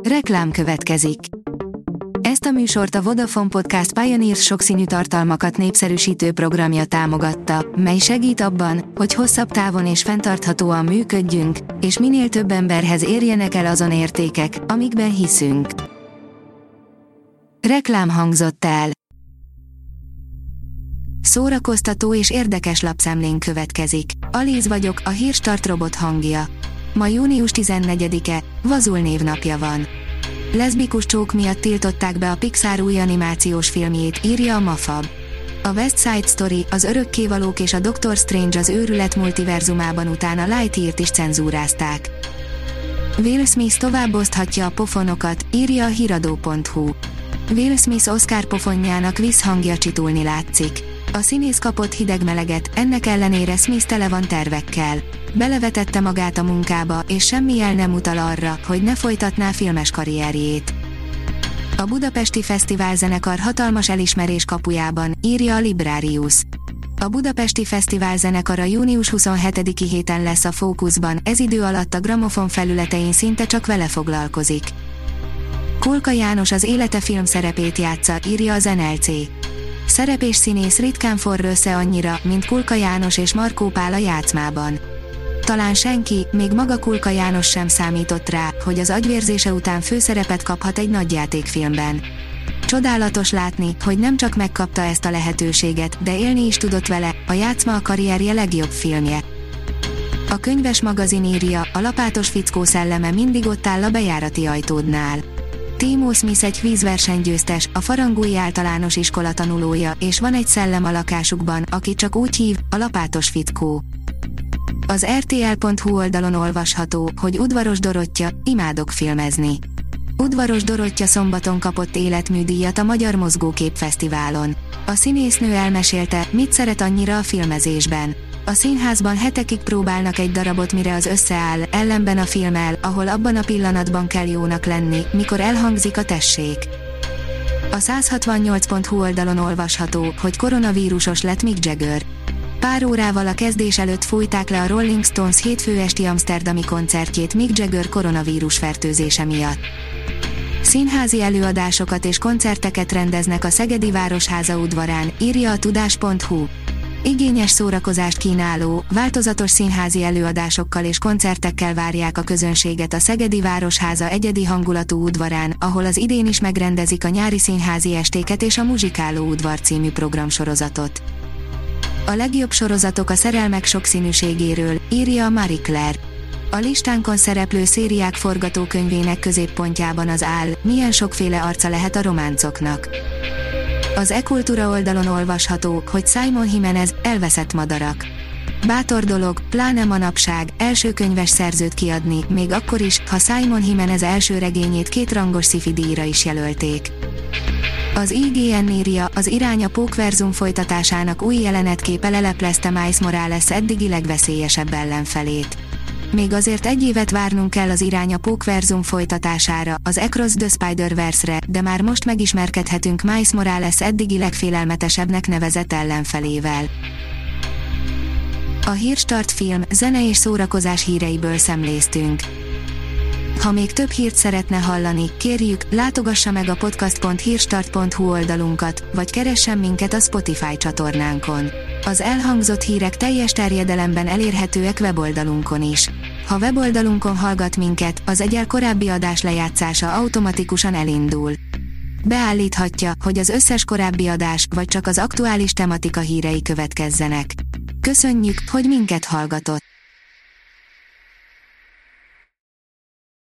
Reklám következik. Ezt a műsort a Vodafone Podcast Pioneers sokszínű tartalmakat népszerűsítő programja támogatta, mely segít abban, hogy hosszabb távon és fenntarthatóan működjünk, és minél több emberhez érjenek el azon értékek, amikben hiszünk. Reklám hangzott el. Szórakoztató és érdekes lapszemlén következik. Alíz vagyok, a Hírstart robot hangja. Ma június 14-e, Vazul névnapja van. Leszbikus csók miatt tiltották be a Pixar új animációs filmjét, írja a Mafab. A West Side Story, az Örökkévalók és a Doctor Strange az őrület multiverzumában utána Lightyeart is cenzúrázták. Will Smith tovább oszthatja a pofonokat, írja a hiradó.hu. Will Smith Oscar pofonjának visszhangja csitulni látszik. A színész kapott hideg-meleget, ennek ellenére Smith tele van tervekkel. Belevetette magát a munkába, és semmi jel nem utal arra, hogy ne folytatná filmes karrierjét. A Budapesti Fesztiválzenekar hatalmas elismerés kapujában, írja a Librarius. A Budapesti Fesztiválzenekar a június 27-i héten lesz a fókuszban, ez idő alatt a Gramofon felületein szinte csak vele foglalkozik. Kulka János az élete filmszerepét játsza, írja az NLC. Szerep és színész ritkán forr össze annyira, mint Kulka János és Markó Pál a játszmában. Talán senki, még maga Kulka János sem számított rá, hogy az agyvérzése után főszerepet kaphat egy nagyjátékfilmben. Csodálatos látni, hogy nem csak megkapta ezt a lehetőséget, de élni is tudott vele, a játszma a karrierje legjobb filmje. A Könyves magazin írja, a lapátos fickó szelleme mindig ott áll a bejárati ajtódnál. Timo Smith egy kvízversenygyőztes, a Farangúi Általános Iskola tanulója, és van egy szellem a lakásukban, aki csak úgy hív, a lapátos fickó. Az rtl.hu oldalon olvasható, hogy Udvaros Dorottya, imádok filmezni. Udvaros Dorottya szombaton kapott életműdíjat a Magyar Mozgókép Fesztiválon. A színésznő elmesélte, mit szeret annyira a filmezésben. A színházban hetekig próbálnak egy darabot, mire az összeáll, ellenben a filmmel, ahol abban a pillanatban kell jónak lenni, mikor elhangzik a tessék. A 168.hu oldalon olvasható, hogy koronavírusos lett Mick Jagger. Pár órával a kezdés előtt fújták le a Rolling Stones hétfő esti amszterdami koncertjét Mick Jagger koronavírus fertőzése miatt. Színházi előadásokat és koncerteket rendeznek a Szegedi Városháza udvarán, írja a tudás.hu. Igényes szórakozást kínáló, változatos színházi előadásokkal és koncertekkel várják a közönséget a Szegedi Városháza egyedi hangulatú udvarán, ahol az idén is megrendezik a nyári színházi estéket és a Muzsikáló udvar című programsorozatot. A legjobb sorozatok a szerelmek sokszínűségéről, írja a Marie Claire. A listánkon szereplő szériák forgatókönyvének középpontjában az áll, milyen sokféle arca lehet a románcoknak. Az e-kultúra oldalon olvasható, hogy Simon Jimenez, elveszett madarak. Bátor dolog, pláne manapság, első könyves szerzőt kiadni, még akkor is, ha Simon Jimenez első regényét 2 rangos sci-fi díjra is jelölték. Az IGN írja, az Irány a Pókverzum folytatásának új jelenetképe leleplezte Miles Morales eddigi legveszélyesebb ellenfelét. Még azért egy évet várnunk kell az Irány a Pókverzum folytatására, az Across the Spider-Verse-re, de már most megismerkedhetünk Miles Morales eddigi legfélelmetesebbnek nevezett ellenfelével. A Hírstart film, zene és szórakozás híreiből szemléztünk. Ha még több hírt szeretne hallani, kérjük, látogassa meg a podcast.hírstart.hu oldalunkat, vagy keressen minket a Spotify csatornánkon. Az elhangzott hírek teljes terjedelemben elérhetőek weboldalunkon is. Ha weboldalunkon hallgat minket, az egyel korábbi adás lejátszása automatikusan elindul. Beállíthatja, hogy az összes korábbi adás, vagy csak az aktuális tematika hírei következzenek. Köszönjük, hogy minket hallgatott!